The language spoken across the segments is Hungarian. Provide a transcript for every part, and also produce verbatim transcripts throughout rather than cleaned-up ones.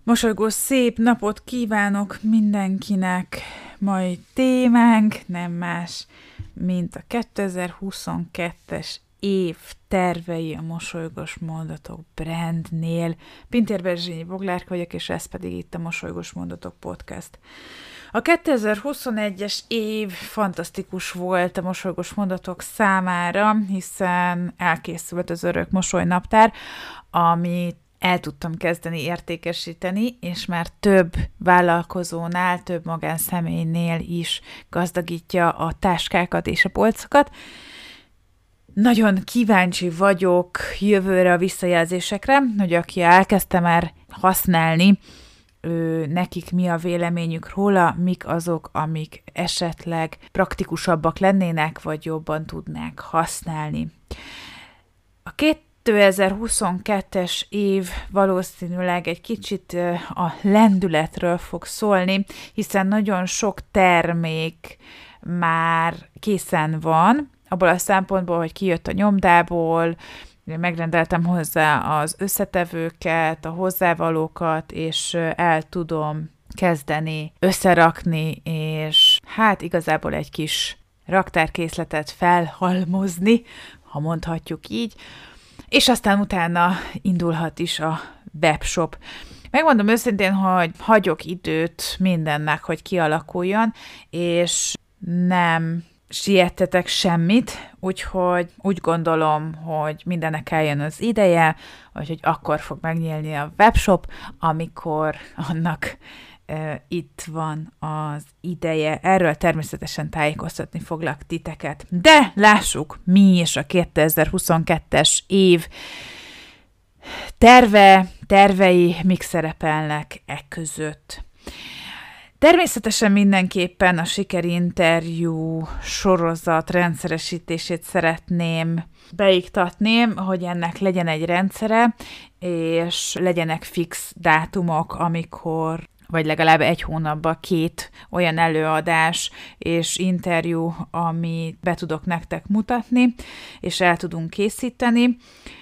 Mosolygós szép napot kívánok mindenkinek! Mai témánk nem más, mint a kétezer-huszonkettes év tervei a Mosolygós Mondatok brandnél. Pintér Berzsényi Boglárka vagyok, és ez pedig itt a Mosolygós Mondatok podcast. A kétezer-huszonegyes év fantasztikus volt a Mosolygós Mondatok számára, hiszen elkészült az Örök Mosoly naptár, amit el tudtam kezdeni értékesíteni, és már több vállalkozónál, több magánszemélynél is gazdagítja a táskákat és a polcokat. Nagyon kíváncsi vagyok jövőre a visszajelzésekre, hogy aki elkezdte már használni, ő, nekik mi a véleményük róla, mik azok, amik esetleg praktikusabbak lennének, vagy jobban tudnák használni. A két kétezer-huszonkettes év valószínűleg egy kicsit a lendületről fog szólni, hiszen nagyon sok termék már készen van, abból a szempontból, hogy kijött a nyomdából, megrendeltem hozzá az összetevőket, a hozzávalókat, és el tudom kezdeni összerakni, és hát igazából egy kis raktárkészletet felhalmozni, ha mondhatjuk így, és aztán utána indulhat is a webshop. Megmondom őszintén, hogy hagyok időt mindennek, hogy kialakuljon, és nem siettetek semmit, úgyhogy úgy gondolom, hogy mindennek eljön az ideje, vagy hogy akkor fog megnyílni a webshop, amikor annak uh, itt van az ideje. Erről természetesen tájékoztatni foglak titeket. De lássuk, mi is a kétezer-huszonkettes év terve, tervei, mik szerepelnek e között. Természetesen mindenképpen a sikerinterjú sorozat rendszeresítését szeretném beiktatni, hogy ennek legyen egy rendszere, és legyenek fix dátumok, amikor vagy legalább egy hónapban két olyan előadás és interjú, amit be tudok nektek mutatni, és el tudunk készíteni,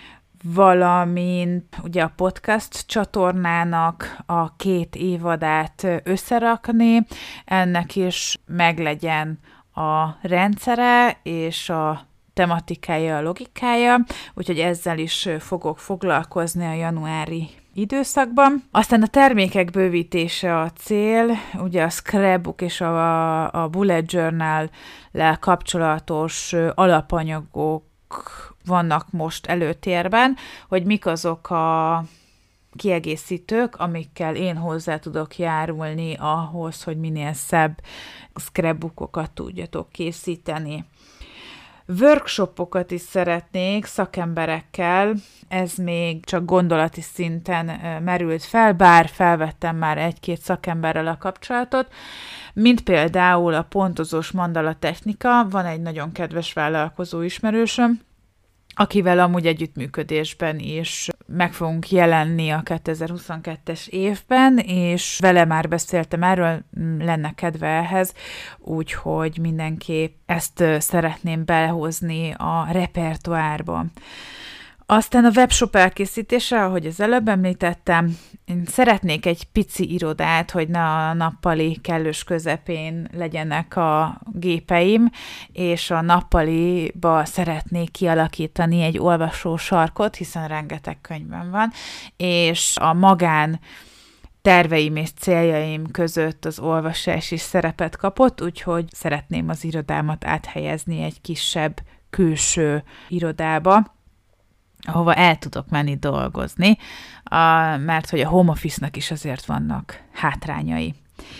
valamint ugye a podcast csatornának a két évadát összerakni, ennek is meglegyen a rendszere és a tematikája, a logikája, úgyhogy ezzel is fogok foglalkozni a januári időszakban. Aztán a termékek bővítése a cél, ugye a scrapbook és a, a bullet journal-lel kapcsolatos alapanyagok vannak most előtérben, hogy mik azok a kiegészítők, amikkel én hozzá tudok járulni ahhoz, hogy minél szebb scrapbookokat tudjatok készíteni. Workshopokat is szeretnék szakemberekkel, ez még csak gondolati szinten merült fel, bár felvettem már egy-két szakemberrel a kapcsolatot, mint például a pontozós mandala technika, van egy nagyon kedves vállalkozó ismerősöm, akivel amúgy együttműködésben is meg fogunk jelenni a kétezer-huszonkettes évben, és vele már beszéltem erről, lenne kedve ehhez, úgyhogy mindenképp ezt szeretném belehozni a repertoárba. Aztán a webshop elkészítése, ahogy az előbb említettem, én szeretnék egy pici irodát, hogy ne a nappali kellős közepén legyenek a gépeim, és a nappaliba szeretnék kialakítani egy olvasó sarkot, hiszen rengeteg könyvem van, és a magán terveim és céljaim között az olvasás is szerepet kapott, úgyhogy szeretném az irodámat áthelyezni egy kisebb külső irodába, ahova el tudok menni dolgozni, a, mert hogy a home office-nak is azért vannak hátrányai.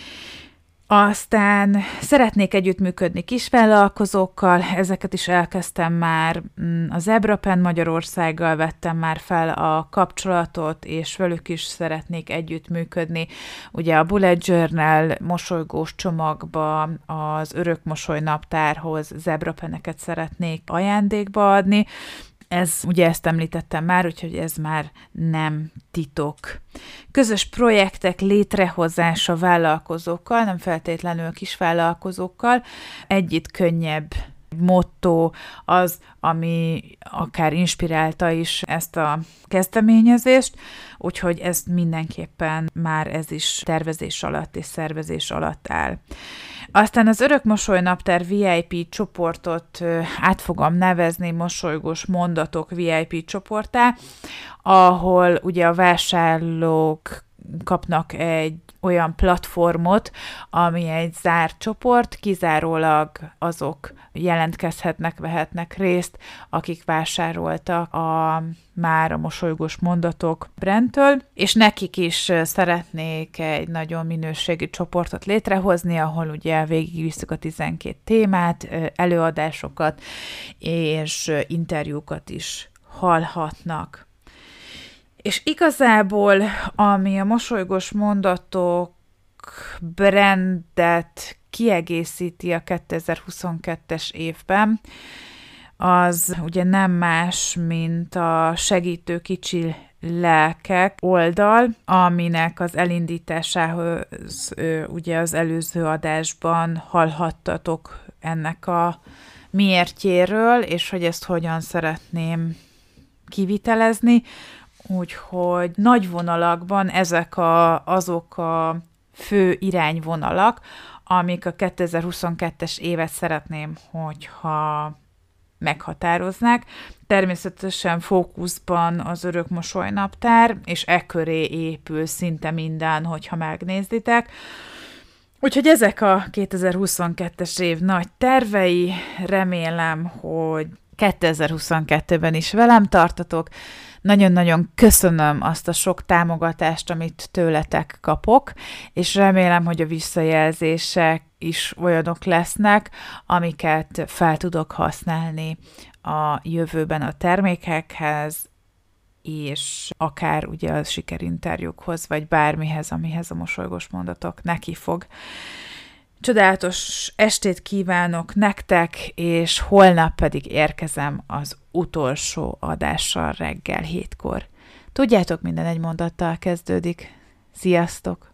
Aztán szeretnék együttműködni kisvállalkozókkal, ezeket is elkezdtem már, a Zebrapen Magyarországgal vettem már fel a kapcsolatot, és velük is szeretnék együttműködni. Ugye a Bullet Journal mosolygós csomagba, az Örök Mosoly naptárhoz Zebrapeneket szeretnék ajándékba adni. Ez, ugye ezt említettem már, úgyhogy ez már nem titok. Közös projektek létrehozása vállalkozókkal, nem feltétlenül kisvállalkozókkal, együtt könnyebb motto az, ami akár inspirálta is ezt a kezdeményezést, úgyhogy ez mindenképpen már ez is tervezés alatt és szervezés alatt áll. Aztán az Örök Mosoly Naptár vé i pé csoportot át fogom nevezni Mosolygós Mondatok vé i pé csoporttá, ahol ugye a vásárlók kapnak egy olyan platformot, ami egy zárt csoport, kizárólag azok jelentkezhetnek, vehetnek részt, akik vásároltak a már a Mosolygós Mondatok brandtől, és nekik is szeretnék egy nagyon minőségi csoportot létrehozni, ahol ugye végigvisszük a tizenkét témát, előadásokat és interjúkat is hallhatnak. És igazából, ami a Mosolygós Mondatok brandet kiegészíti a kétezer-huszonkettes évben, az ugye nem más, mint a Segítő Kicsi Lelkek oldal, aminek az elindításához ugye az előző adásban hallhattatok ennek a miértjéről, és hogy ezt hogyan szeretném kivitelezni. Úgyhogy nagy vonalakban ezek a, azok a fő irányvonalak, amik a kétezer-huszonkettes évet szeretném, hogyha meghatároznák. Természetesen fókuszban az Örök Mosoly Naptár, és e köré épül szinte minden, hogyha megnézitek. Úgyhogy ezek a kétezer-huszonkettes év nagy tervei, remélem, hogy kétezer-huszonkettőben is velem tartatok. Nagyon-nagyon köszönöm azt a sok támogatást, amit tőletek kapok, és remélem, hogy a visszajelzések is olyanok lesznek, amiket fel tudok használni a jövőben a termékekhez, és akár ugye a sikerinterjúkhoz, vagy bármihez, amihez a Mosolygós Mondatok neki fog. Csodálatos estét kívánok nektek, és holnap pedig érkezem az utolsó adással reggel hétkor. Tudjátok, minden egy mondattal kezdődik. Sziasztok!